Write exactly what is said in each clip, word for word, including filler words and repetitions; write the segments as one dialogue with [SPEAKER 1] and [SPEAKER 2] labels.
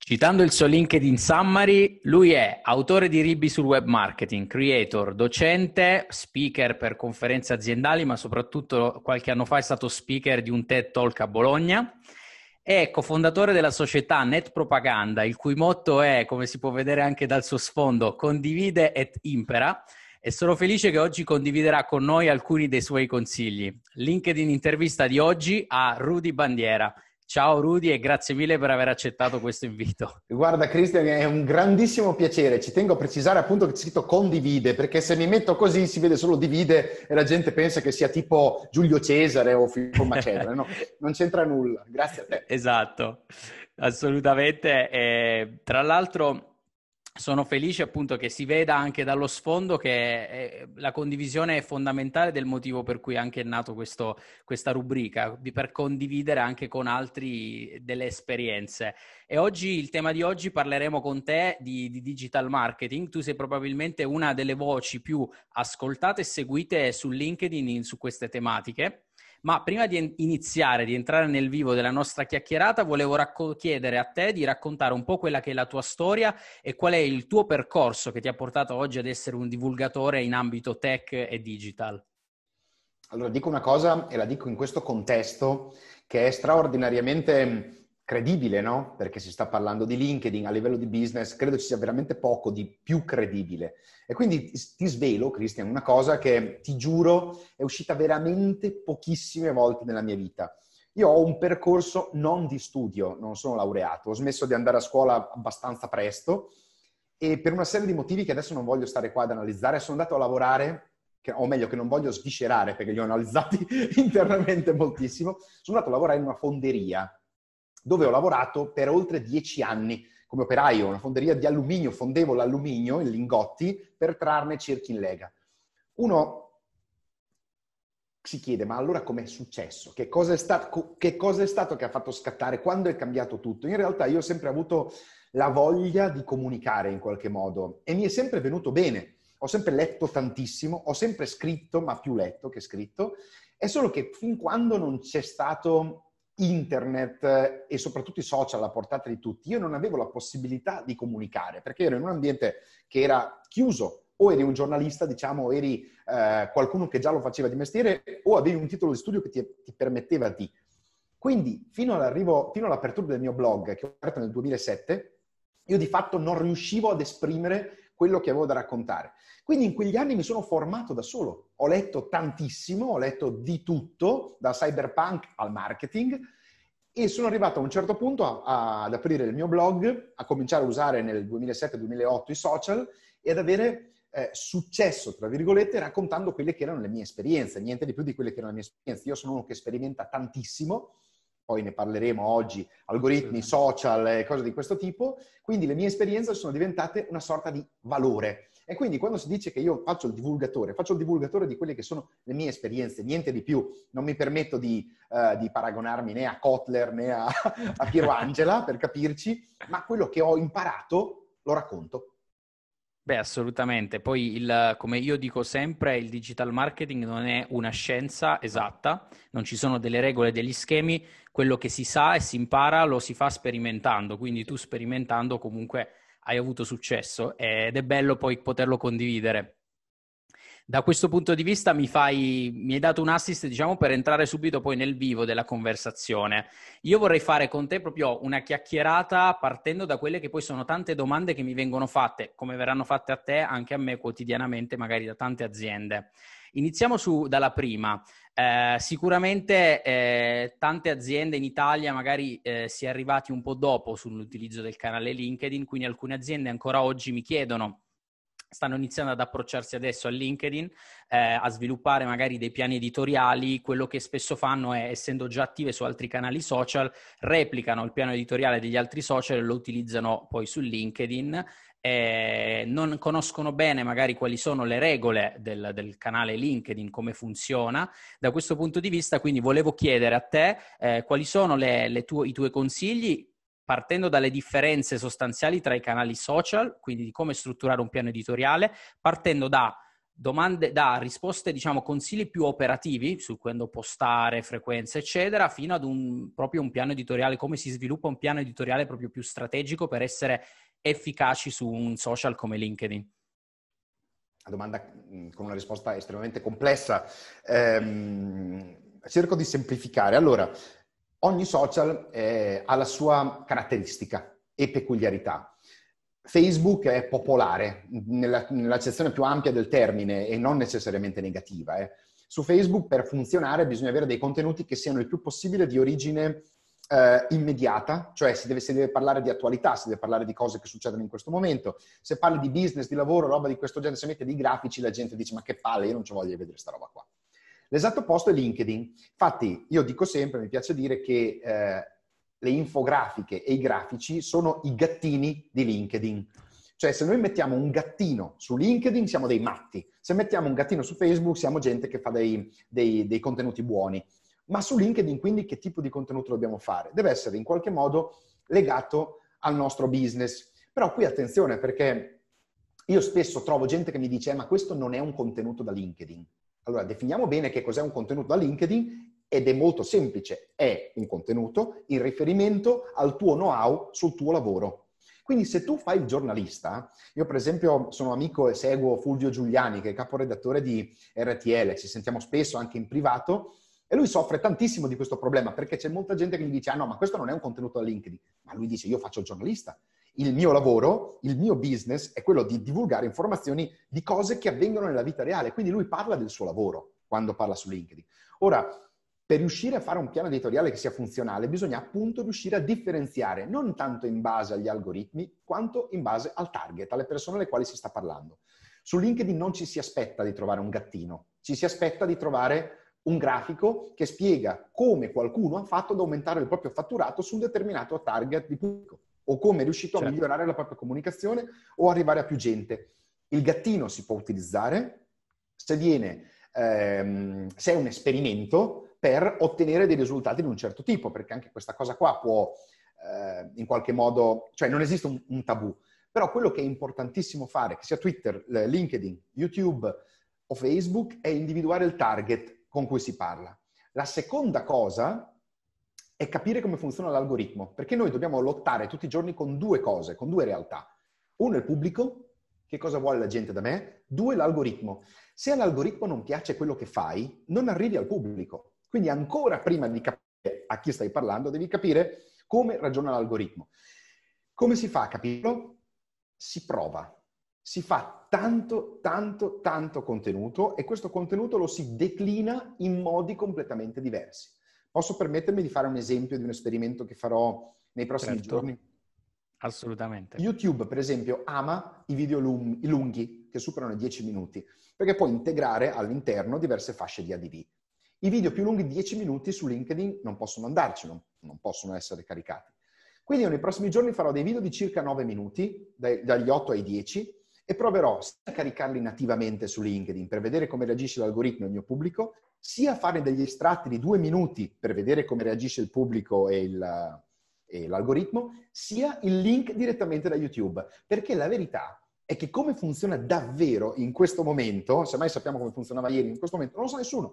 [SPEAKER 1] Citando il suo LinkedIn summary, lui è autore di libri sul web marketing, creator, docente, speaker per conferenze aziendali, ma soprattutto qualche anno fa è stato speaker di un TED Talk a Bologna. È cofondatore della società Net Propaganda, il cui motto è, come si può vedere anche dal suo sfondo, condivide et impera. E sono felice che oggi condividerà con noi alcuni dei suoi consigli. LinkedIn intervista di oggi a Rudy Bandiera. Ciao Rudy e grazie mille per aver accettato questo invito.
[SPEAKER 2] Guarda Cristian, è un grandissimo piacere. Ci tengo a precisare appunto che c'è scritto condivide, perché se mi metto così si vede solo divide e la gente pensa che sia tipo Giulio Cesare o Filippo Macedone. No, non c'entra nulla. Grazie a te.
[SPEAKER 1] Esatto, assolutamente. E, tra l'altro sono felice appunto che si veda anche dallo sfondo che eh, la condivisione è fondamentale del motivo per cui anche è nato questo, questa rubrica, di, per condividere anche con altri delle esperienze. E oggi, il tema di oggi, parleremo con te di, di digital marketing. Tu sei probabilmente una delle voci più ascoltate e seguite su LinkedIn in, su queste tematiche. Ma prima di iniziare, di entrare nel vivo della nostra chiacchierata, volevo racco- chiedere a te di raccontare un po' quella che è la tua storia e qual è il tuo percorso che ti ha portato oggi ad essere un divulgatore in ambito tech e digital.
[SPEAKER 2] Allora, dico una cosa e la dico in questo contesto che è straordinariamente credibile, no? Perché si sta parlando di LinkedIn a livello di business, credo ci sia veramente poco di più credibile. E quindi ti svelo, Cristian, una cosa che ti giuro è uscita veramente pochissime volte nella mia vita. Io ho un percorso non di studio, non sono laureato, ho smesso di andare a scuola abbastanza presto e per una serie di motivi che adesso non voglio stare qua ad analizzare, sono andato a lavorare, che, o meglio che non voglio sviscerare perché li ho analizzati internamente moltissimo, sono andato a lavorare in una fonderia dove ho lavorato per oltre dieci anni come operaio, una fonderia di alluminio, fondevo l'alluminio in lingotti per trarne cerchi in lega. Uno si chiede, ma allora com'è successo? Che cosa è stato, che cosa è stato che ha fatto scattare? Quando è cambiato tutto? In realtà io ho sempre avuto la voglia di comunicare in qualche modo e mi è sempre venuto bene. Ho sempre letto tantissimo, ho sempre scritto, ma più letto che scritto, è solo che fin quando non c'è stato internet e soprattutto i social alla portata di tutti, io non avevo la possibilità di comunicare perché ero in un ambiente che era chiuso. O eri un giornalista, diciamo, o eri eh, qualcuno che già lo faceva di mestiere, o avevi un titolo di studio che ti, ti permetteva di. Quindi, fino all'arrivo, fino all'apertura del mio blog, che ho aperto nel duemilasette, io di fatto non riuscivo ad esprimere quello che avevo da raccontare. Quindi in quegli anni mi sono formato da solo. Ho letto tantissimo, ho letto di tutto, da cyberpunk al marketing, e sono arrivato a un certo punto a, a, ad aprire il mio blog, a cominciare a usare nel duemilasette duemilaotto i social e ad avere eh, successo, tra virgolette, raccontando quelle che erano le mie esperienze, niente di più di quelle che erano le mie esperienze. Io sono uno che sperimenta tantissimo, poi ne parleremo oggi, algoritmi, social e cose di questo tipo, quindi le mie esperienze sono diventate una sorta di valore. E quindi quando si dice che io faccio il divulgatore, faccio il divulgatore di quelle che sono le mie esperienze, niente di più. Non mi permetto di, uh, di paragonarmi né a Kotler né a, a Piero Angela, per capirci, ma quello che ho imparato lo racconto.
[SPEAKER 1] Beh, assolutamente. Poi, il, come io dico sempre, il digital marketing non è una scienza esatta, non ci sono delle regole, degli schemi, quello che si sa e si impara lo si fa sperimentando, quindi tu sperimentando comunque hai avuto successo ed è bello poi poterlo condividere. Da questo punto di vista mi fai, mi hai dato un assist, diciamo, per entrare subito poi nel vivo della conversazione. Io vorrei fare con te proprio una chiacchierata partendo da quelle che poi sono tante domande che mi vengono fatte, come verranno fatte a te, anche a me quotidianamente, magari da tante aziende. Iniziamo su, dalla prima. Eh, sicuramente eh, tante aziende in Italia magari eh, si è arrivati un po' dopo sull'utilizzo del canale LinkedIn, quindi alcune aziende ancora oggi mi chiedono, stanno iniziando ad approcciarsi adesso a LinkedIn, eh, a sviluppare magari dei piani editoriali. Quello che spesso fanno è, essendo già attive su altri canali social, replicano il piano editoriale degli altri social e lo utilizzano poi su LinkedIn. Eh, non conoscono bene magari quali sono le regole del, del canale LinkedIn, come funziona. Da questo punto di vista, quindi, volevo chiedere a te eh, quali sono le, le tue, i tuoi consigli, partendo dalle differenze sostanziali tra i canali social, quindi di come strutturare un piano editoriale, partendo da domande, dà risposte, diciamo, consigli più operativi su quando postare, frequenza, eccetera, fino ad un proprio un piano editoriale, come si sviluppa un piano editoriale proprio più strategico per essere efficaci su un social come LinkedIn.
[SPEAKER 2] Una domanda con una risposta estremamente complessa. Ehm, cerco di semplificare. Allora, ogni social eh, ha la sua caratteristica e peculiarità. Facebook è popolare nella, nell'accezione più ampia del termine e non necessariamente negativa. Eh. Su Facebook per funzionare bisogna avere dei contenuti che siano il più possibile di origine eh, immediata, cioè si deve, si deve parlare di attualità, si deve parlare di cose che succedono in questo momento. Se parli di business, di lavoro, roba di questo genere, se mette dei grafici la gente dice ma che palle, io non ci voglio vedere sta roba qua. L'esatto opposto è LinkedIn. Infatti io dico sempre, mi piace dire che eh, le infografiche e i grafici sono i gattini di LinkedIn. Cioè se noi mettiamo un gattino su LinkedIn siamo dei matti, se mettiamo un gattino su Facebook siamo gente che fa dei, dei, dei contenuti buoni. Ma su LinkedIn quindi che tipo di contenuto dobbiamo fare? Deve essere in qualche modo legato al nostro business. Però qui attenzione perché io spesso trovo gente che mi dice eh, ma questo non è un contenuto da LinkedIn. Allora definiamo bene che cos'è un contenuto da LinkedIn. Ed è molto semplice, è un contenuto in riferimento al tuo know-how sul tuo lavoro. Quindi se tu fai il giornalista, io per esempio sono amico e seguo Fulvio Giuliani, che è caporedattore di R T L, ci sentiamo spesso anche in privato, e lui soffre tantissimo di questo problema, perché c'è molta gente che gli dice ah no, ma questo non è un contenuto da LinkedIn, ma lui dice io faccio il giornalista. Il mio lavoro, il mio business è quello di divulgare informazioni di cose che avvengono nella vita reale, quindi lui parla del suo lavoro quando parla su LinkedIn. Ora, per riuscire a fare un piano editoriale che sia funzionale, bisogna appunto riuscire a differenziare, non tanto in base agli algoritmi, quanto in base al target, alle persone alle quali si sta parlando. Su LinkedIn non ci si aspetta di trovare un gattino, ci si aspetta di trovare un grafico che spiega come qualcuno ha fatto ad aumentare il proprio fatturato su un determinato target di pubblico, o come è riuscito certo. a migliorare la propria comunicazione o arrivare a più gente. Il gattino si può utilizzare se viene, ehm, se è un esperimento, per ottenere dei risultati di un certo tipo, perché anche questa cosa qua può eh, in qualche modo, cioè non esiste un, un tabù, però quello che è importantissimo fare, che sia Twitter, LinkedIn, YouTube o Facebook, è individuare il target con cui si parla. La seconda cosa è capire come funziona l'algoritmo, perché noi dobbiamo lottare tutti i giorni con due cose, con due realtà. Uno è il pubblico, che cosa vuole la gente da me? Due, l'algoritmo. Se all'algoritmo non piace quello che fai, non arrivi al pubblico. Quindi ancora prima di capire a chi stai parlando, devi capire come ragiona l'algoritmo. Come si fa a capirlo? Si prova. Si fa tanto, tanto, tanto contenuto e questo contenuto lo si declina in modi completamente diversi. Posso permettermi di fare un esempio di un esperimento che farò nei prossimi
[SPEAKER 1] certo.
[SPEAKER 2] giorni?
[SPEAKER 1] Assolutamente.
[SPEAKER 2] YouTube, per esempio, ama i video lunghi, lunghi che superano i dieci minuti, perché può integrare all'interno diverse fasce di A D V. I video più lunghi di dieci minuti su LinkedIn non possono andarci, non, non possono essere caricati. Quindi io nei prossimi giorni farò dei video di circa nove minuti, dai, dagli otto ai dieci, e proverò sia a caricarli nativamente su LinkedIn per vedere come reagisce l'algoritmo e il mio pubblico, sia a fare degli estratti di due minuti per vedere come reagisce il pubblico e, il, e l'algoritmo, sia il link direttamente da YouTube. Perché la verità è che come funziona davvero in questo momento, se mai sappiamo come funzionava ieri, in questo momento non lo sa nessuno.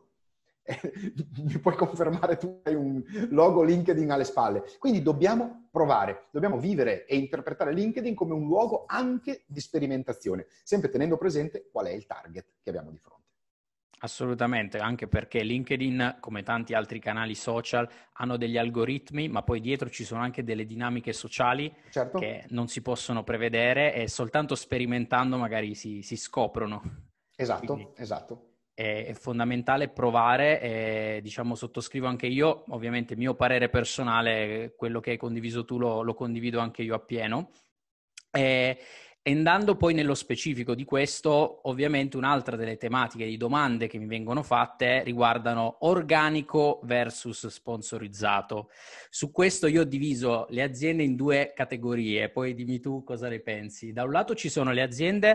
[SPEAKER 2] Mi puoi confermare, tu hai un logo LinkedIn alle spalle. Quindi dobbiamo provare, dobbiamo vivere e interpretare LinkedIn come un luogo anche di sperimentazione, sempre tenendo presente qual è il target che abbiamo di fronte.
[SPEAKER 1] Assolutamente, anche perché LinkedIn, come tanti altri canali social, hanno degli algoritmi, ma poi dietro ci sono anche delle dinamiche sociali
[SPEAKER 2] certo.
[SPEAKER 1] che non si possono prevedere e soltanto sperimentando magari si, si scoprono.
[SPEAKER 2] Esatto,
[SPEAKER 1] Quindi
[SPEAKER 2] esatto.
[SPEAKER 1] È, è fondamentale provare e, diciamo, sottoscrivo anche io, ovviamente il mio parere personale, quello che hai condiviso tu lo, lo condivido anche io appieno. E, E andando poi nello specifico di questo, ovviamente un'altra delle tematiche di domande che mi vengono fatte riguardano organico versus sponsorizzato. Su questo io ho diviso le aziende in due categorie, poi dimmi tu cosa ne pensi. Da un lato ci sono le aziende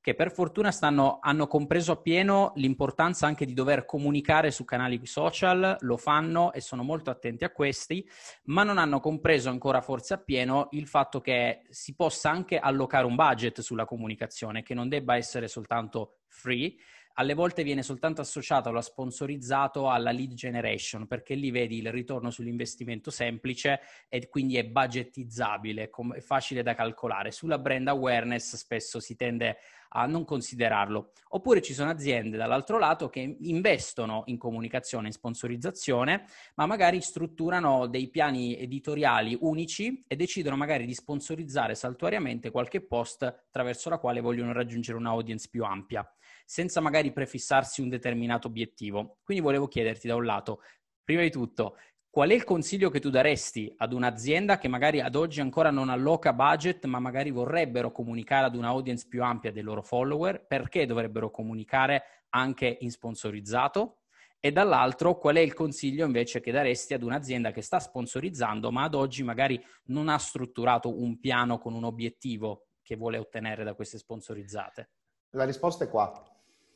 [SPEAKER 1] che per fortuna stanno, hanno compreso appieno l'importanza anche di dover comunicare su canali social, lo fanno e sono molto attenti a questi, ma non hanno compreso ancora forse appieno il fatto che si possa anche allocare un budget sulla comunicazione, che non debba essere soltanto free. Alle volte viene soltanto associato allo sponsorizzato alla lead generation, perché lì vedi il ritorno sull'investimento semplice e quindi è budgetizzabile, è facile da calcolare. Sulla brand awareness spesso si tende a non considerarlo. Oppure ci sono aziende dall'altro lato che investono in comunicazione, in sponsorizzazione, ma magari strutturano dei piani editoriali unici e decidono magari di sponsorizzare saltuariamente qualche post attraverso la quale vogliono raggiungere una audience più ampia, senza magari prefissarsi un determinato obiettivo. Quindi volevo chiederti da un lato, prima di tutto, qual è il consiglio che tu daresti ad un'azienda che magari ad oggi ancora non alloca budget, ma magari vorrebbero comunicare ad una audience più ampia dei loro follower? Perché dovrebbero comunicare anche in sponsorizzato? E dall'altro, qual è il consiglio invece che daresti ad un'azienda che sta sponsorizzando, ma ad oggi magari non ha strutturato un piano con un obiettivo che vuole ottenere da queste sponsorizzate?
[SPEAKER 2] La risposta è qua.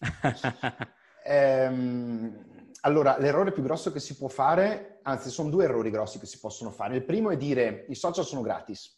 [SPEAKER 2] ehm, allora, l'errore più grosso che si può fare, anzi, sono due errori grossi che si possono fare. Il primo è dire i social sono gratis.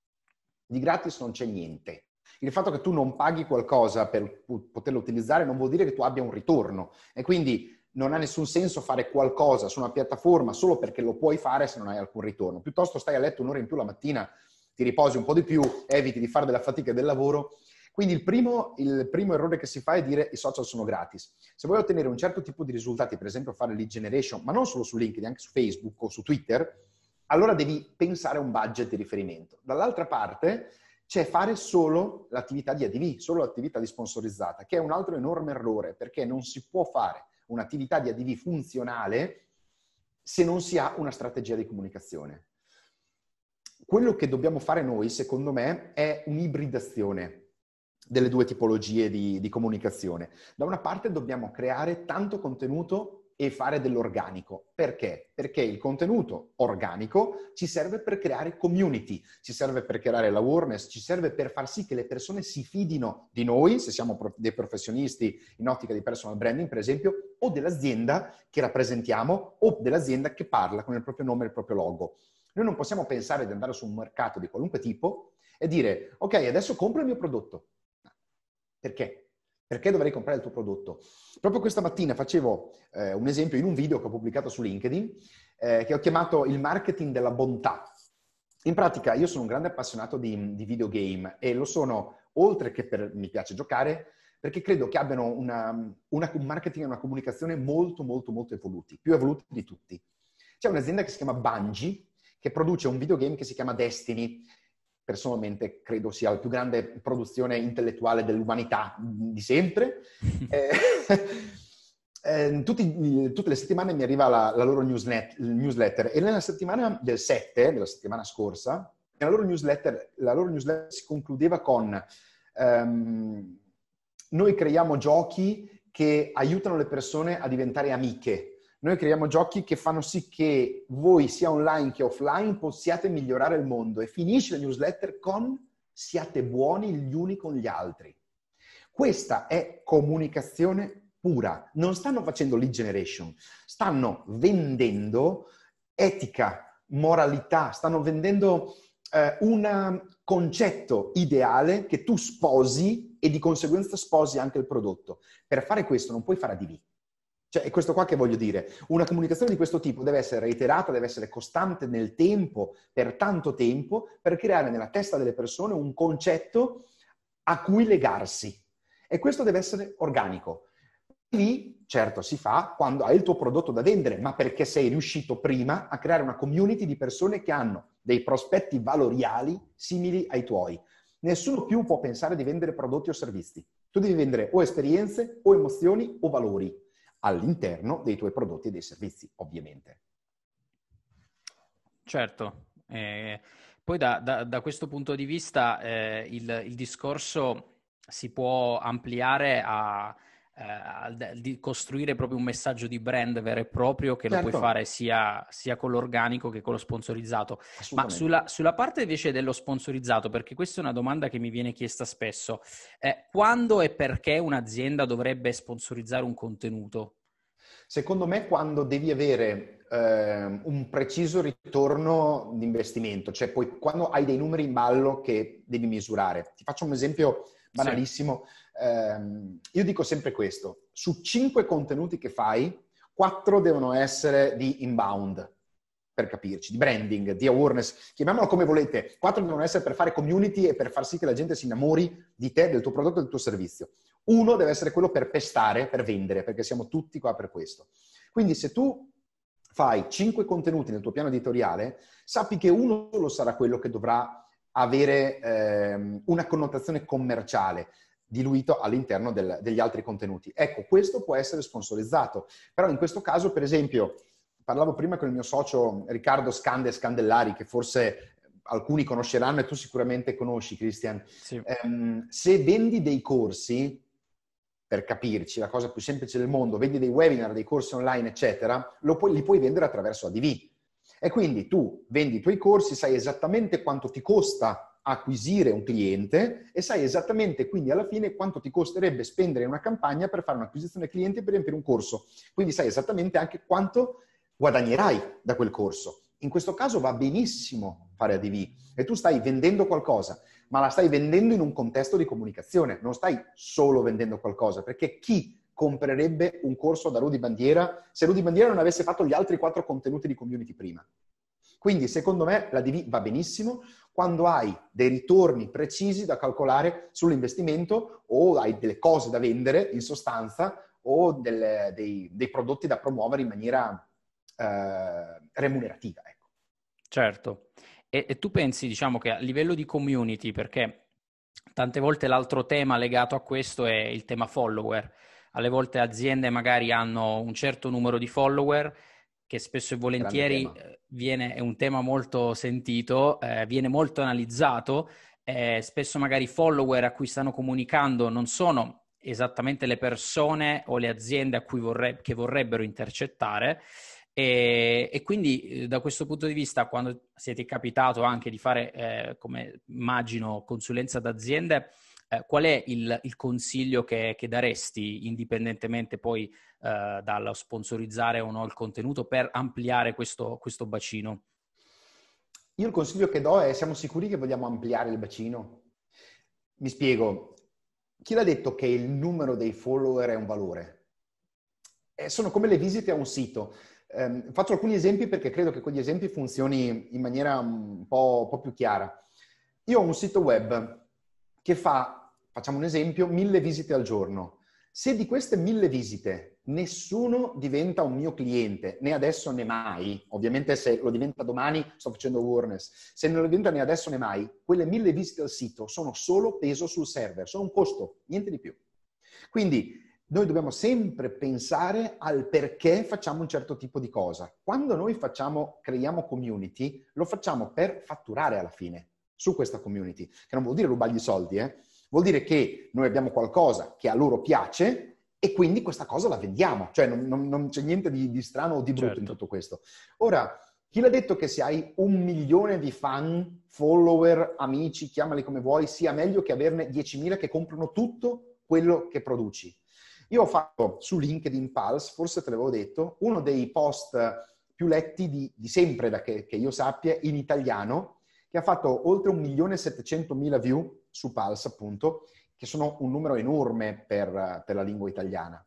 [SPEAKER 2] Di gratis non c'è niente. Il fatto che tu non paghi qualcosa per poterlo utilizzare non vuol dire che tu abbia un ritorno. E quindi non ha nessun senso fare qualcosa su una piattaforma solo perché lo puoi fare se non hai alcun ritorno. Piuttosto stai a letto un'ora in più la mattina, ti riposi un po' di più, eviti di fare della fatica e del lavoro. Quindi il primo, il primo errore che si fa è dire i social sono gratis. Se vuoi ottenere un certo tipo di risultati, per esempio fare lead generation, ma non solo su LinkedIn, anche su Facebook o su Twitter, allora devi pensare a un budget di riferimento. Dall'altra parte c'è fare solo l'attività di A D V, solo l'attività di sponsorizzata, che è un altro enorme errore, perché non si può fare un'attività di A D V funzionale se non si ha una strategia di comunicazione. Quello che dobbiamo fare noi, secondo me, è un'ibridazione delle due tipologie di, di comunicazione. Da una parte dobbiamo creare tanto contenuto e fare dell'organico. Perché? Perché il contenuto organico ci serve per creare community, ci serve per creare l'awareness, ci serve per far sì che le persone si fidino di noi, se siamo dei professionisti in ottica di personal branding, per esempio, o dell'azienda che rappresentiamo o dell'azienda che parla con il proprio nome e il proprio logo. Noi non possiamo pensare di andare su un mercato di qualunque tipo e dire ok, adesso compro il mio prodotto. Perché? Perché dovrei comprare il tuo prodotto? Proprio questa mattina facevo eh, un esempio in un video che ho pubblicato su LinkedIn eh, che ho chiamato il marketing della bontà. In pratica io sono un grande appassionato di, di videogame e lo sono, oltre che per mi piace giocare, perché credo che abbiano una, una, un marketing e una comunicazione molto, molto, molto evoluti, più evoluti di tutti. C'è un'azienda che si chiama Bungie, che produce un videogame che si chiama Destiny. Personalmente credo sia la più grande produzione intellettuale dell'umanità di sempre. eh, eh, tutti, tutte le settimane mi arriva la, la loro newslet, newsletter e nella settimana del sette, della settimana scorsa, la loro newsletter, la loro newsletter si concludeva con um, noi creiamo giochi che aiutano le persone a diventare amiche. Noi creiamo giochi che fanno sì che voi, sia online che offline, possiate migliorare il mondo. E finisce la newsletter con siate buoni gli uni con gli altri. Questa è comunicazione pura. Non stanno facendo lead generation, stanno vendendo etica, moralità, stanno vendendo eh, un concetto ideale che tu sposi e di conseguenza sposi anche il prodotto. Per fare questo non puoi fare A D V. Cioè, è questo qua che voglio dire. Una comunicazione di questo tipo deve essere reiterata, deve essere costante nel tempo, per tanto tempo, per creare nella testa delle persone un concetto a cui legarsi. E questo deve essere organico. Lì, certo, si fa quando hai il tuo prodotto da vendere, ma perché sei riuscito prima a creare una community di persone che hanno dei prospetti valoriali simili ai tuoi. Nessuno più può pensare di vendere prodotti o servizi. Tu devi vendere o esperienze, o emozioni, o valori all'interno dei tuoi prodotti e dei servizi, ovviamente.
[SPEAKER 1] Certo. Eh, poi da, da, da questo punto di vista eh, il, il discorso si può ampliare a, eh, di costruire proprio un messaggio di brand vero e proprio che
[SPEAKER 2] Certo.
[SPEAKER 1] lo puoi fare sia, sia con l'organico che con lo sponsorizzato. Ma
[SPEAKER 2] Assolutamente.
[SPEAKER 1] sulla, sulla parte invece dello sponsorizzato, perché questa è una domanda che mi viene chiesta spesso, eh, quando e perché un'azienda dovrebbe sponsorizzare un contenuto?
[SPEAKER 2] Secondo me quando devi avere eh, un preciso ritorno di investimento, cioè poi quando hai dei numeri in ballo che devi misurare. Ti faccio un esempio banalissimo. Sì. Eh, io dico sempre questo: su cinque contenuti che fai, quattro devono essere di inbound, per capirci, di branding, di awareness, chiamiamolo come volete. Quattro devono essere per fare community e per far sì che la gente si innamori di te, del tuo prodotto e del tuo servizio. Uno deve essere quello per pestare, per vendere, perché siamo tutti qua per questo. Quindi se tu fai cinque contenuti nel tuo piano editoriale, sappi che uno solo sarà quello che dovrà avere ehm, una connotazione commerciale diluito all'interno del, degli altri contenuti. Ecco, questo può essere sponsorizzato. Però in questo caso, per esempio, parlavo prima con il mio socio Riccardo Scande Scandellari, che forse alcuni conosceranno e tu sicuramente conosci, Christian.
[SPEAKER 1] Sì.
[SPEAKER 2] Um, se vendi dei corsi, per capirci, la cosa più semplice del mondo, vendi dei webinar, dei corsi online, eccetera, lo puoi, li puoi vendere attraverso A D V. E quindi tu vendi i tuoi corsi, sai esattamente quanto ti costa acquisire un cliente e sai esattamente quindi alla fine quanto ti costerebbe spendere in una campagna per fare un'acquisizione cliente e per riempire un corso. Quindi sai esattamente anche quanto guadagnerai da quel corso. In questo caso va benissimo fare A D V e tu stai vendendo qualcosa, ma la stai vendendo in un contesto di comunicazione, non stai solo vendendo qualcosa, perché chi comprerebbe un corso da Rudy Bandiera se Rudy Bandiera non avesse fatto gli altri quattro contenuti di community prima? Quindi secondo me l'A D V va benissimo quando hai dei ritorni precisi da calcolare sull'investimento o hai delle cose da vendere in sostanza o delle, dei, dei prodotti da promuovere in maniera eh, remunerativa. Ecco.
[SPEAKER 1] Certo. E, e tu pensi, diciamo, che a livello di community, perché tante volte l'altro tema legato a questo è il tema follower. Alle volte aziende magari hanno un certo numero di follower che spesso e volentieri viene, è un tema molto sentito, eh, viene molto analizzato, eh, spesso magari i follower a cui stanno comunicando non sono esattamente le persone o le aziende a cui vorreb- che vorrebbero intercettare. E, e quindi da questo punto di vista, quando siete capitato anche di fare, eh, come immagino, consulenza d'aziende, eh, qual è il, il consiglio che, che daresti, indipendentemente poi eh, dallo sponsorizzare o no il contenuto, per ampliare questo, questo bacino?
[SPEAKER 2] Io il consiglio che do è: siamo sicuri che vogliamo ampliare il bacino? Mi spiego. Chi l'ha detto che il numero dei follower è un valore? Eh, sono come le visite a un sito. Eh, faccio alcuni esempi perché credo che con gli esempi funzioni in maniera un po', un po' più chiara. Io ho un sito web che fa, facciamo un esempio, mille visite al giorno. Se di queste mille visite nessuno diventa un mio cliente, né adesso né mai, ovviamente se lo diventa domani sto facendo awareness, se non lo diventa né adesso né mai, quelle mille visite al sito sono solo peso sul server, sono un costo, niente di più. Quindi noi dobbiamo sempre pensare al perché facciamo un certo tipo di cosa. Quando noi facciamo, creiamo community, lo facciamo per fatturare alla fine su questa community, che non vuol dire rubargli soldi, eh? Vuol dire che noi abbiamo qualcosa che a loro piace e quindi questa cosa la vendiamo. Cioè non, non, non c'è niente di, di strano o di brutto, certo, in tutto questo. Ora, chi l'ha detto che se hai un milione di fan, follower, amici, chiamali come vuoi, sia meglio che averne diecimila che comprano tutto quello che produci? Io ho fatto su LinkedIn Pulse, forse te l'avevo detto, uno dei post più letti di, di sempre, da che, che io sappia, in italiano, che ha fatto oltre un milione e settecentomila view su Pulse, appunto, che sono un numero enorme per, per la lingua italiana.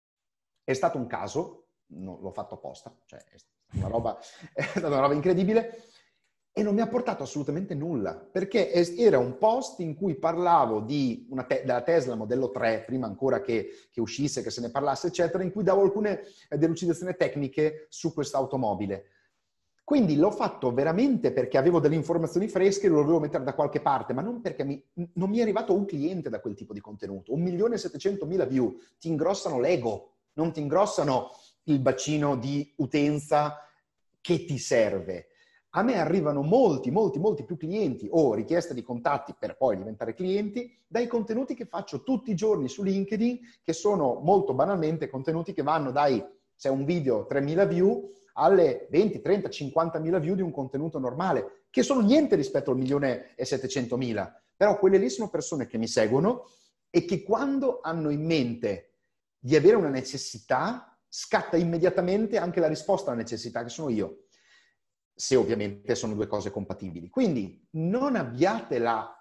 [SPEAKER 2] È stato un caso, non l'ho fatto apposta, cioè è stata una roba, è stata una roba incredibile, e non mi ha portato assolutamente nulla, perché era un post in cui parlavo di una te- della Tesla modello tre, prima ancora che, che uscisse, che se ne parlasse, eccetera, in cui davo alcune delucidazioni tecniche su questa automobile. Quindi l'ho fatto veramente perché avevo delle informazioni fresche e lo dovevo mettere da qualche parte, ma non perché mi, non mi è arrivato un cliente da quel tipo di contenuto. Un milione e settecentomila view ti ingrossano l'ego, non ti ingrossano il bacino di utenza che ti serve. a me arrivano molti, molti, molti più clienti o richieste di contatti per poi diventare clienti dai contenuti che faccio tutti i giorni su LinkedIn, che sono molto banalmente contenuti che vanno dai, se è un video, tremila view, alle venti, trenta, cinquantamila view di un contenuto normale, che sono niente rispetto al milione e settecentomila. Però quelle lì sono persone che mi seguono e che quando hanno in mente di avere una necessità, scatta immediatamente anche la risposta alla necessità, che sono io. Se ovviamente sono due cose compatibili. Quindi non abbiate la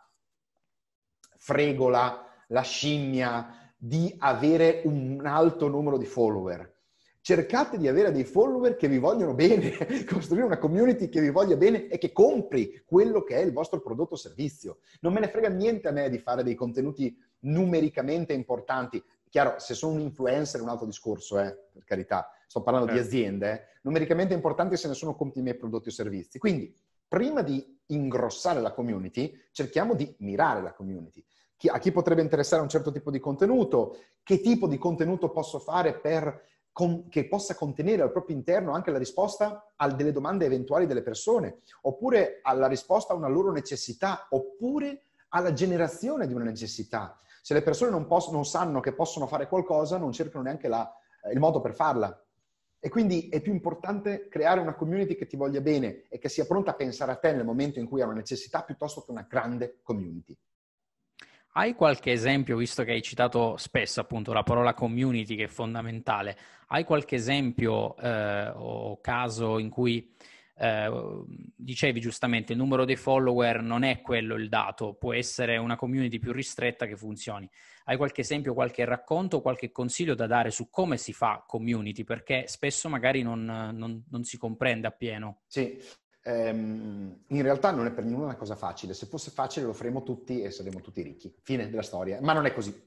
[SPEAKER 2] fregola, la scimmia di avere un alto numero di follower. Cercate di avere dei follower che vi vogliono bene, costruire una community che vi voglia bene e che compri quello che è il vostro prodotto o servizio. Non me ne frega niente a me di fare dei contenuti numericamente importanti. Chiaro, se sono un influencer è un altro discorso, eh, per carità. Sto parlando certo. di aziende, eh. Numericamente importanti se ne sono compri i miei prodotti o servizi. Quindi, prima di ingrossare la community, cerchiamo di mirare la community. Chi, a chi potrebbe interessare un certo tipo di contenuto, che tipo di contenuto posso fare per, con, che possa contenere al proprio interno anche la risposta a delle domande eventuali delle persone, oppure alla risposta a una loro necessità, oppure alla generazione di una necessità. Se le persone non, poss- non sanno che possono fare qualcosa, non cercano neanche la, eh, il modo per farla. E quindi è più importante creare una community che ti voglia bene e che sia pronta a pensare a te nel momento in cui ha una necessità, piuttosto che una grande community.
[SPEAKER 1] Hai qualche esempio, visto che hai citato spesso appunto la parola community, che è fondamentale, hai qualche esempio eh, o caso in cui eh, dicevi giustamente il numero dei follower non è quello il dato, può essere una community più ristretta che funzioni. Hai qualche esempio, qualche racconto, qualche consiglio da dare su come si fa community? Perché spesso magari non, non, non si comprende appieno.
[SPEAKER 2] Sì, ehm, in realtà non è per nulla una cosa facile. Se fosse facile lo faremo tutti e saremo tutti ricchi. Fine della storia. Ma non è così.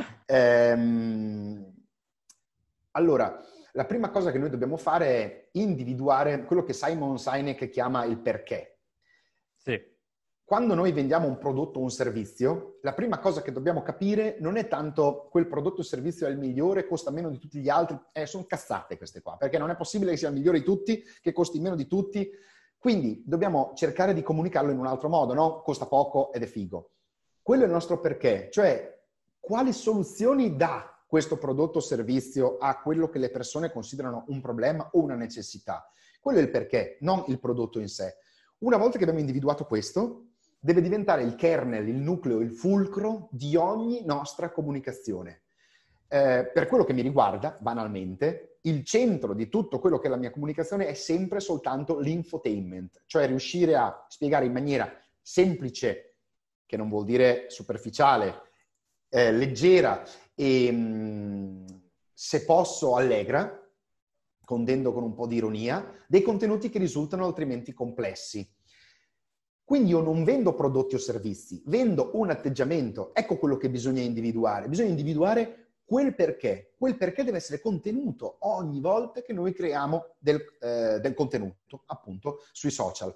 [SPEAKER 2] Ehm, allora, la prima cosa che noi dobbiamo fare è individuare quello che Simon Sinek chiama il perché.
[SPEAKER 1] Sì.
[SPEAKER 2] Quando noi vendiamo un prodotto o un servizio, la prima cosa che dobbiamo capire non è tanto quel prodotto o servizio è il migliore, costa meno di tutti gli altri, eh, sono cazzate queste qua, perché non è possibile che sia il migliore di tutti, che costi meno di tutti, quindi dobbiamo cercare di comunicarlo in un altro modo, no? Costa poco ed è figo. Quello è il nostro perché, cioè quali soluzioni dà questo prodotto o servizio a quello che le persone considerano un problema o una necessità. Quello è il perché, non il prodotto in sé. Una volta che abbiamo individuato questo, deve diventare il kernel, il nucleo, il fulcro di ogni nostra comunicazione. Eh, per quello che mi riguarda, banalmente, il centro di tutto quello che è la mia comunicazione è sempre soltanto l'infotainment, cioè riuscire a spiegare in maniera semplice, che non vuol dire superficiale, eh, leggera e, mh, se posso, allegra, condendo con un po' di ironia, dei contenuti che risultano altrimenti complessi. Quindi io non vendo prodotti o servizi, vendo un atteggiamento. Ecco quello che bisogna individuare. Bisogna individuare quel perché. Quel perché deve essere contenuto ogni volta che noi creiamo del, eh, del contenuto, appunto, sui social.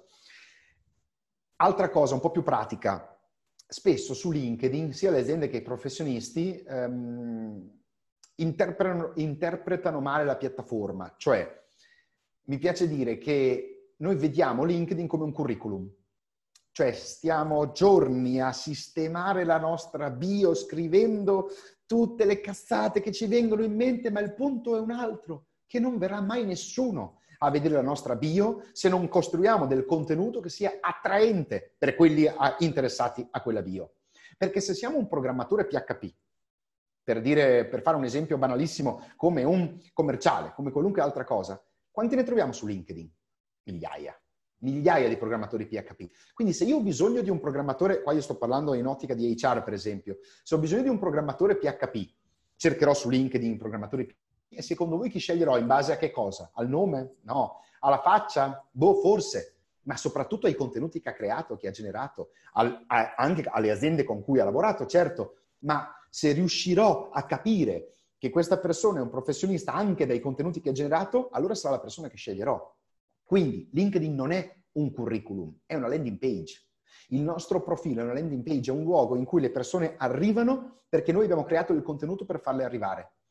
[SPEAKER 2] Altra cosa un po' più pratica. Spesso su LinkedIn, sia le aziende che i professionisti ehm, interpretano, interpretano male la piattaforma. Cioè, mi piace dire che noi vediamo LinkedIn come un curriculum. Cioè stiamo giorni a sistemare la nostra bio scrivendo tutte le cazzate che ci vengono in mente, ma il punto è un altro, che non verrà mai nessuno a vedere la nostra bio se non costruiamo del contenuto che sia attraente per quelli interessati a quella bio. Perché se siamo un programmatore P H P, per dire, per fare un esempio banalissimo, come un commerciale, come qualunque altra cosa, quanti ne troviamo su LinkedIn? Migliaia. Migliaia di programmatori P H P. Quindi se io ho bisogno di un programmatore, qua io sto parlando in ottica di H R per esempio, se ho bisogno di un programmatore P H P, cercherò su LinkedIn programmatori P H P e secondo voi chi sceglierò in base a che cosa? Al nome? No. Alla faccia? Boh, forse. Ma soprattutto ai contenuti che ha creato, che ha generato, al, a, anche alle aziende con cui ha lavorato, certo, ma se riuscirò a capire che questa persona è un professionista anche dai contenuti che ha generato, allora sarà la persona che sceglierò. Quindi LinkedIn non è un curriculum, è una landing page. Il nostro profilo è una landing page, è un luogo in cui le persone arrivano perché noi abbiamo creato il contenuto per farle arrivare.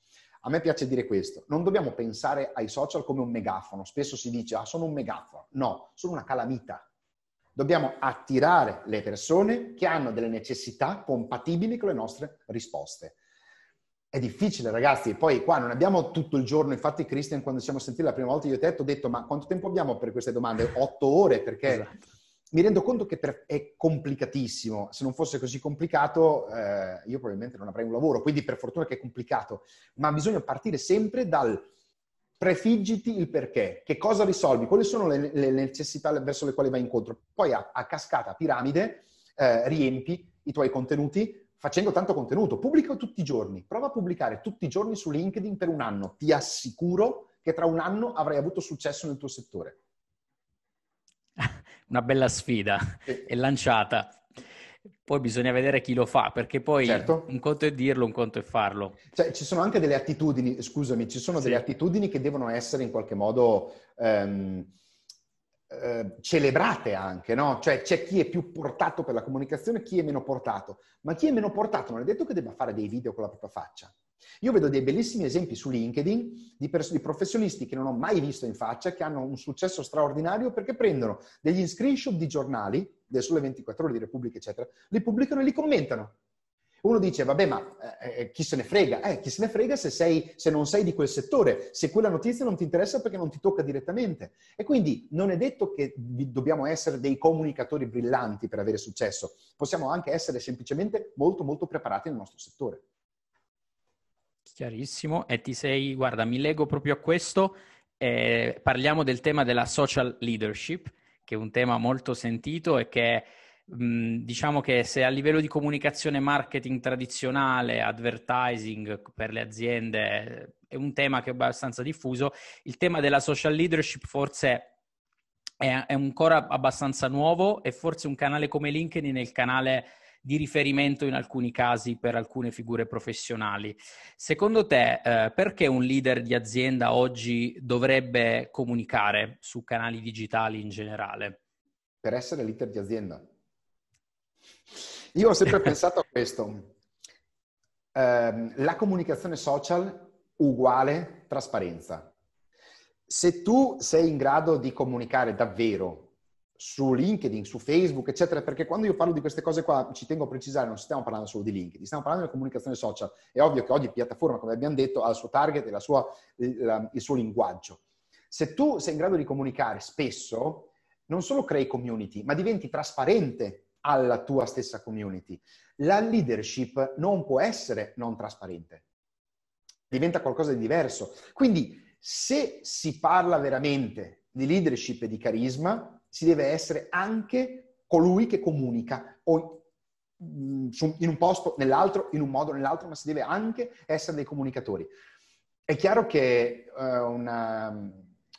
[SPEAKER 2] a me piace dire questo, non dobbiamo pensare ai social come un megafono. Spesso si dice, ah, sono un megafono. No, sono una calamita. Dobbiamo attirare le persone che hanno delle necessità compatibili con le nostre risposte. È difficile, ragazzi. Poi qua non abbiamo tutto il giorno. Infatti, Christian, quando ci siamo sentiti la prima volta, io e te ho detto, ma quanto tempo abbiamo per queste domande? Otto ore, perché esatto. Mi rendo conto che per, è complicatissimo. Se non fosse così complicato, eh, io probabilmente non avrei un lavoro. Quindi per fortuna che è complicato. Ma bisogna partire sempre dal prefiggiti il perché. Che cosa risolvi? Quali sono le, le necessità verso le quali vai incontro? Poi a, a cascata, a piramide, eh, riempi i tuoi contenuti facendo tanto contenuto. Pubblica tutti i giorni. Prova a pubblicare tutti i giorni su LinkedIn per un anno. Ti assicuro che tra un anno avrai avuto successo nel tuo settore.
[SPEAKER 1] Una bella sfida, sì. È lanciata. Poi bisogna vedere chi lo fa, perché poi certo. Un conto è dirlo, un conto è farlo.
[SPEAKER 2] Cioè, ci sono anche delle attitudini, scusami, ci sono sì. delle attitudini che devono essere in qualche modo ehm, eh, celebrate anche, no? Cioè c'è chi è più portato per la comunicazione, chi è meno portato. Ma chi è meno portato non è detto che debba fare dei video con la propria faccia. Io vedo dei bellissimi esempi su LinkedIn di, pers- di professionisti che non ho mai visto in faccia, che hanno un successo straordinario perché prendono degli screenshot di giornali, del Sole ventiquattro Ore, di Repubblica, eccetera, li pubblicano e li commentano. Uno dice, vabbè, ma eh, chi se ne frega? Eh, chi se ne frega se, sei, se non sei di quel settore, se quella notizia non ti interessa perché non ti tocca direttamente. E quindi non è detto che dobbiamo essere dei comunicatori brillanti per avere successo. Possiamo anche essere semplicemente molto, molto preparati nel nostro settore.
[SPEAKER 1] Chiarissimo. E ti sei, guarda, mi lego proprio a questo. Eh, parliamo del tema della social leadership, che è un tema molto sentito e che mh, diciamo che se a livello di comunicazione marketing tradizionale, advertising per le aziende è un tema che è abbastanza diffuso, il tema della social leadership forse è, è ancora abbastanza nuovo e forse un canale come LinkedIn è il canale di riferimento in alcuni casi per alcune figure professionali. Secondo te, eh, perché un leader di azienda oggi dovrebbe comunicare su canali digitali in generale?
[SPEAKER 2] Per essere leader di azienda. Io ho sempre pensato a questo. Eh, la comunicazione social uguale trasparenza. Se tu sei in grado di comunicare davvero su LinkedIn, su Facebook, eccetera, perché quando io parlo di queste cose qua, ci tengo a precisare, non stiamo parlando solo di LinkedIn, stiamo parlando di comunicazione social. È ovvio che ogni piattaforma, come abbiamo detto, ha il suo target e la sua, il, il suo linguaggio. Se tu sei in grado di comunicare spesso, non solo crei community, ma diventi trasparente alla tua stessa community. La leadership non può essere non trasparente. Diventa qualcosa di diverso. Quindi, se si parla veramente di leadership e di carisma, si deve essere anche colui che comunica o in un posto, nell'altro, in un modo o nell'altro, ma si deve anche essere dei comunicatori. È chiaro che uh, una,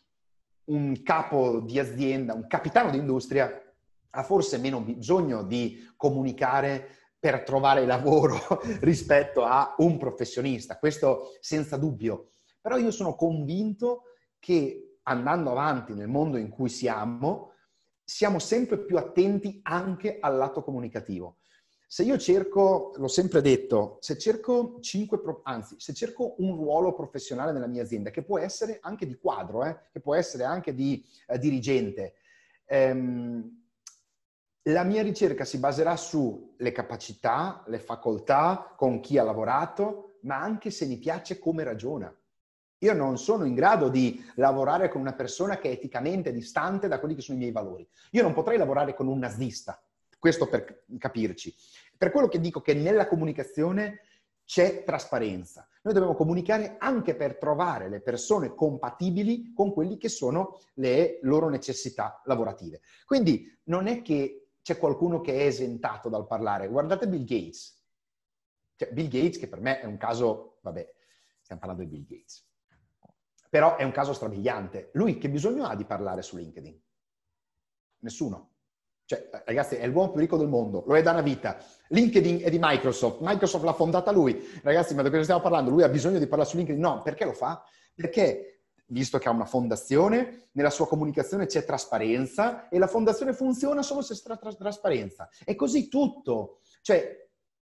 [SPEAKER 2] un capo di azienda, un capitano di industria ha forse meno bisogno di comunicare per trovare lavoro rispetto a un professionista, questo senza dubbio. Però io sono convinto che andando avanti nel mondo in cui siamo, siamo sempre più attenti anche al lato comunicativo. Se io cerco, l'ho sempre detto, se cerco cinque, anzi, se cerco un ruolo professionale nella mia azienda, che può essere anche di quadro, eh, che può essere anche di eh, dirigente, ehm, la mia ricerca si baserà sulle capacità, le facoltà, con chi ha lavorato, ma anche se mi piace come ragiona. Io non sono in grado di lavorare con una persona che è eticamente distante da quelli che sono i miei valori. Io non potrei lavorare con un nazista, questo per capirci. Per quello che dico che nella comunicazione c'è trasparenza. Noi dobbiamo comunicare anche per trovare le persone compatibili con quelli che sono le loro necessità lavorative. Quindi non è che c'è qualcuno che è esentato dal parlare. Guardate Bill Gates. Cioè, Bill Gates, che per me è un caso, vabbè, stiamo parlando di Bill Gates. Però è un caso strabiliante. Lui che bisogno ha di parlare su LinkedIn? Nessuno. Cioè, ragazzi, è l'uomo più ricco del mondo, lo è da una vita. LinkedIn è di Microsoft, Microsoft l'ha fondata lui. Ragazzi, ma di cosa stiamo parlando? Lui ha bisogno di parlare su LinkedIn? No, perché lo fa? Perché, visto che ha una fondazione, nella sua comunicazione c'è trasparenza e la fondazione funziona solo se c'è tra- trasparenza. E così tutto. Cioè,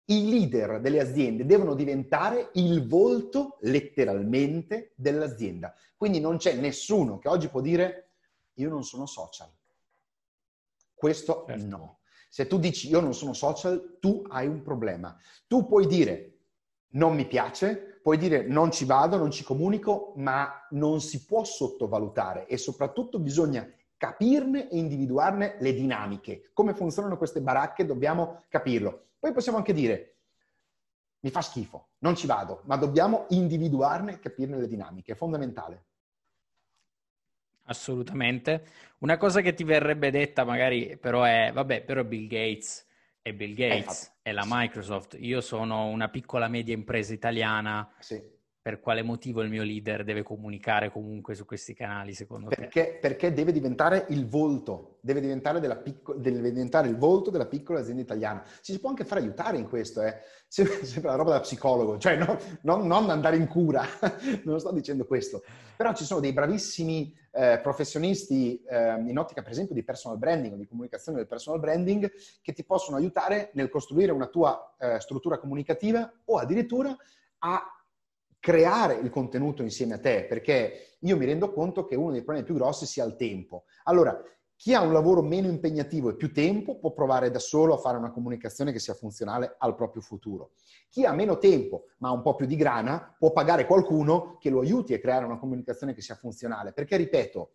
[SPEAKER 2] I leader delle aziende devono diventare il volto, letteralmente, dell'azienda. Quindi non c'è nessuno che oggi può dire io non sono social. Questo
[SPEAKER 1] Certo.
[SPEAKER 2] no. Se tu dici io non sono social, tu hai un problema. Tu puoi dire non mi piace, puoi dire non ci vado, non ci comunico, ma non si può sottovalutare e soprattutto bisogna capirne e individuarne le dinamiche. Come funzionano queste baracche dobbiamo capirlo. Poi possiamo anche dire mi fa schifo, non ci vado, ma dobbiamo individuarne e capirne le dinamiche. È fondamentale.
[SPEAKER 1] Assolutamente. Una cosa che ti verrebbe detta magari però è, vabbè, però Bill Gates è Bill
[SPEAKER 2] Eh, infatti,
[SPEAKER 1] Gates, è la
[SPEAKER 2] sì,
[SPEAKER 1] Microsoft. Io sono una piccola media impresa italiana.
[SPEAKER 2] sì.
[SPEAKER 1] Per quale motivo il mio leader deve comunicare comunque su questi canali, secondo te?
[SPEAKER 2] Perché, perché deve diventare il volto, deve diventare, della picco, deve diventare il volto della piccola azienda italiana. Ci si può anche fare aiutare in questo, eh. Sembra, sembra la roba da psicologo, cioè no, non, non andare in cura, non sto dicendo questo. Però ci sono dei bravissimi eh, professionisti eh, in ottica, per esempio, di personal branding o di comunicazione del personal branding che ti possono aiutare nel costruire una tua eh, struttura comunicativa o addirittura a creare il contenuto insieme a te, perché io mi rendo conto che uno dei problemi più grossi sia il tempo. Allora, chi ha un lavoro meno impegnativo e più tempo può provare da solo a fare una comunicazione che sia funzionale al proprio futuro. Chi ha meno tempo ma un po' più di grana può pagare qualcuno che lo aiuti a creare una comunicazione che sia funzionale, perché ripeto,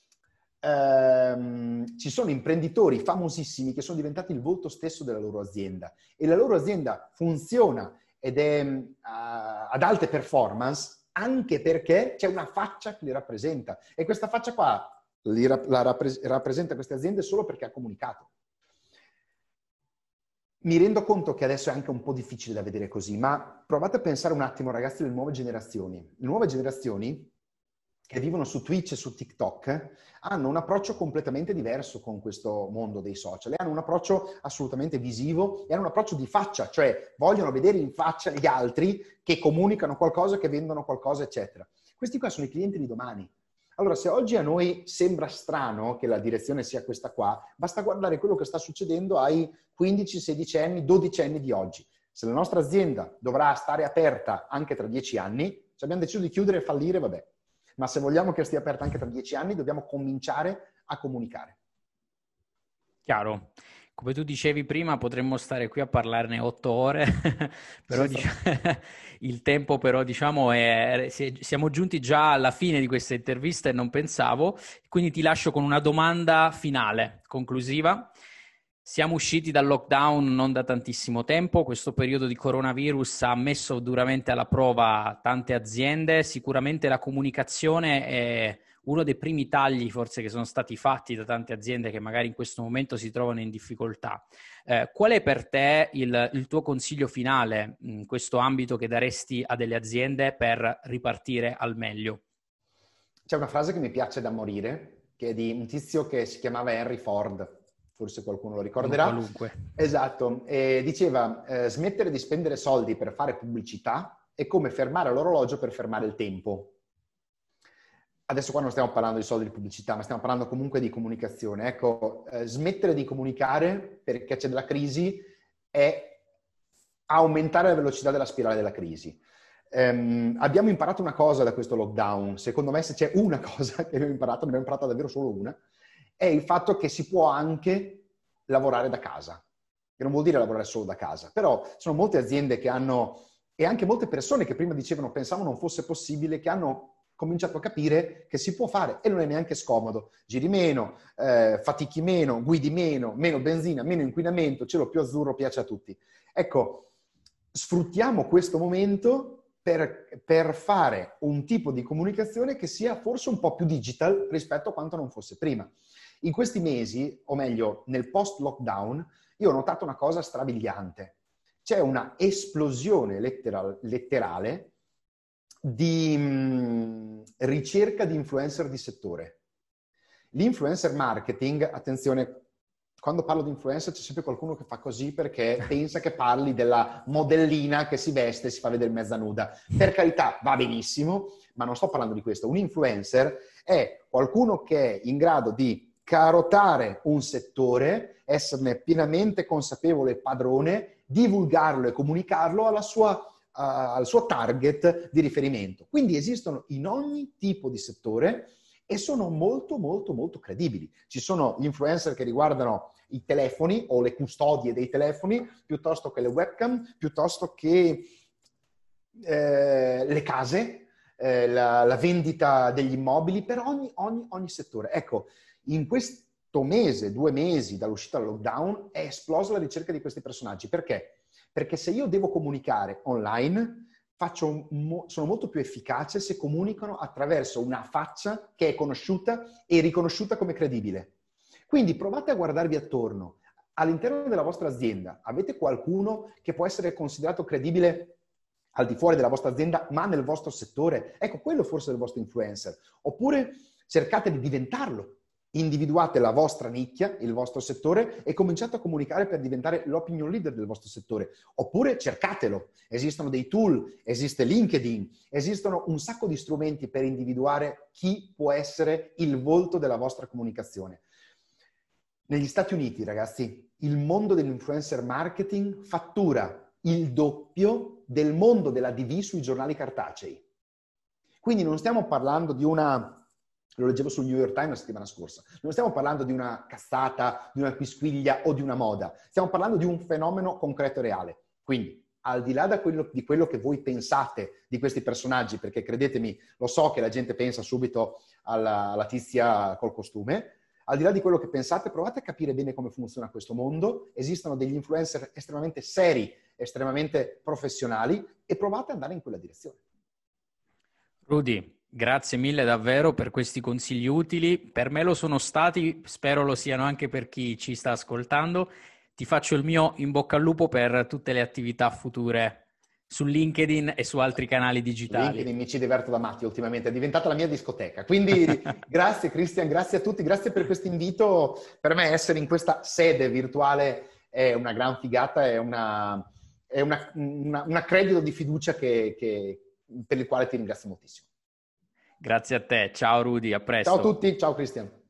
[SPEAKER 2] ehm, ci sono imprenditori famosissimi che sono diventati il volto stesso della loro azienda e la loro azienda funziona ed è uh, ad alte performance anche perché c'è una faccia che li rappresenta e questa faccia qua li rap- la rappres- rappresenta queste aziende solo perché ha comunicato. Mi rendo conto che adesso è anche un po' difficile da vedere così, ma provate a pensare un attimo, ragazzi, alle nuove generazioni. Le nuove generazioni che vivono su Twitch e su TikTok hanno un approccio completamente diverso con questo mondo dei social. E hanno un approccio assolutamente visivo e hanno un approccio di faccia, cioè vogliono vedere in faccia gli altri che comunicano qualcosa, che vendono qualcosa, eccetera. Questi qua sono i clienti di domani. Allora, se oggi a noi sembra strano che la direzione sia questa qua, basta guardare quello che sta succedendo ai quindici, sedici anni, dodici anni di oggi. Se la nostra azienda dovrà stare aperta anche tra dieci anni, se abbiamo deciso di chiudere e fallire, vabbè. Ma se vogliamo che stia aperta anche tra dieci anni, dobbiamo cominciare a comunicare.
[SPEAKER 1] Chiaro. Come tu dicevi prima, potremmo stare qui a parlarne otto ore, però
[SPEAKER 2] Senza...
[SPEAKER 1] diciamo, il tempo però diciamo è, siamo giunti già alla fine di questa intervista e non pensavo, quindi ti lascio con una domanda finale, conclusiva. Siamo usciti dal lockdown non da tantissimo tempo, questo periodo di coronavirus ha messo duramente alla prova tante aziende, sicuramente la comunicazione è uno dei primi tagli forse che sono stati fatti da tante aziende che magari in questo momento si trovano in difficoltà. Eh, qual è per te il, il tuo consiglio finale in questo ambito che daresti a delle aziende per ripartire al meglio?
[SPEAKER 2] C'è una frase che mi piace da morire, che è di un tizio che si chiamava Henry Ford, forse qualcuno lo
[SPEAKER 1] Uno
[SPEAKER 2] ricorderà.
[SPEAKER 1] qualunque.
[SPEAKER 2] Esatto, e diceva eh, smettere di spendere soldi per fare pubblicità è come fermare l'orologio per fermare il tempo. Adesso qua non stiamo parlando di soldi di pubblicità, ma stiamo parlando comunque di comunicazione. Ecco, eh, smettere di comunicare perché c'è della crisi è aumentare la velocità della spirale della crisi. Um, abbiamo imparato una cosa da questo lockdown, secondo me se c'è una cosa che abbiamo imparato, ne abbiamo imparata davvero solo una, è il fatto che si può anche lavorare da casa, che non vuol dire lavorare solo da casa, però sono molte aziende che hanno, e anche molte persone che prima dicevano, pensavano non fosse possibile, che hanno cominciato a capire che si può fare e non è neanche scomodo. Giri meno, eh, fatichi meno, guidi meno, meno benzina, meno inquinamento, cielo più azzurro piace a tutti. Ecco, sfruttiamo questo momento per, per fare un tipo di comunicazione che sia forse un po' più digital rispetto a quanto non fosse prima. In questi mesi, o meglio, nel post-lockdown, io ho notato una cosa strabiliante. C'è una esplosione letteral, letterale di mh, ricerca di influencer di settore. L'influencer marketing, attenzione, quando parlo di influencer c'è sempre qualcuno che fa così perché pensa che parli della modellina che si veste e si fa vedere mezza nuda. Per carità, va benissimo, ma non sto parlando di questo. Un influencer è qualcuno che è in grado di carotare un settore, esserne pienamente consapevole e padrone, divulgarlo e comunicarlo alla sua, uh, al suo target di riferimento. Quindi esistono in ogni tipo di settore e sono molto, molto, molto credibili. Ci sono gli influencer che riguardano i telefoni o le custodie dei telefoni, piuttosto che le webcam, piuttosto che eh, le case, eh, la, la vendita degli immobili, per ogni, ogni, ogni settore. Ecco, in questo mese, due mesi dall'uscita dal lockdown, è esplosa la ricerca di questi personaggi. Perché? Perché se io devo comunicare online, faccio un, sono molto più efficace se comunicano attraverso una faccia che è conosciuta e riconosciuta come credibile. Quindi provate a guardarvi attorno. All'interno della vostra azienda avete qualcuno che può essere considerato credibile al di fuori della vostra azienda, ma nel vostro settore? Ecco, quello forse è il vostro influencer. Oppure cercate di diventarlo. Individuate la vostra nicchia, il vostro settore e cominciate a comunicare per diventare l'opinion leader del vostro settore. Oppure cercatelo. Esistono dei tool, esiste LinkedIn, esistono un sacco di strumenti per individuare chi può essere il volto della vostra comunicazione. Negli Stati Uniti, ragazzi, il mondo dell'influencer marketing fattura il doppio del mondo della T V sui giornali cartacei. Quindi non stiamo parlando di una, lo leggevo sul New York Times la settimana scorsa, non stiamo parlando di una cazzata, di una quisquiglia o di una moda, stiamo parlando di un fenomeno concreto e reale. Quindi, al di là da quello, di quello che voi pensate di questi personaggi, perché credetemi, lo so che la gente pensa subito alla, alla tizia col costume, al di là di quello che pensate, provate a capire bene come funziona questo mondo. Esistono degli influencer estremamente seri, estremamente professionali e provate ad andare in quella direzione.
[SPEAKER 1] Rudy, grazie mille davvero per questi consigli utili. Per me lo sono stati, spero lo siano anche per chi ci sta ascoltando. Ti faccio il mio in bocca al lupo per tutte le attività future su LinkedIn e su altri canali digitali.
[SPEAKER 2] LinkedIn mi ci diverto da matti ultimamente, è diventata la mia discoteca. Quindi grazie Christian, grazie a tutti, grazie per questo invito. Per me essere in questa sede virtuale è una gran figata, è una, è una, una, un accredito di fiducia che, che, per il quale ti ringrazio moltissimo.
[SPEAKER 1] Grazie a te, ciao Rudy, a presto.
[SPEAKER 2] Ciao a tutti, ciao Christian.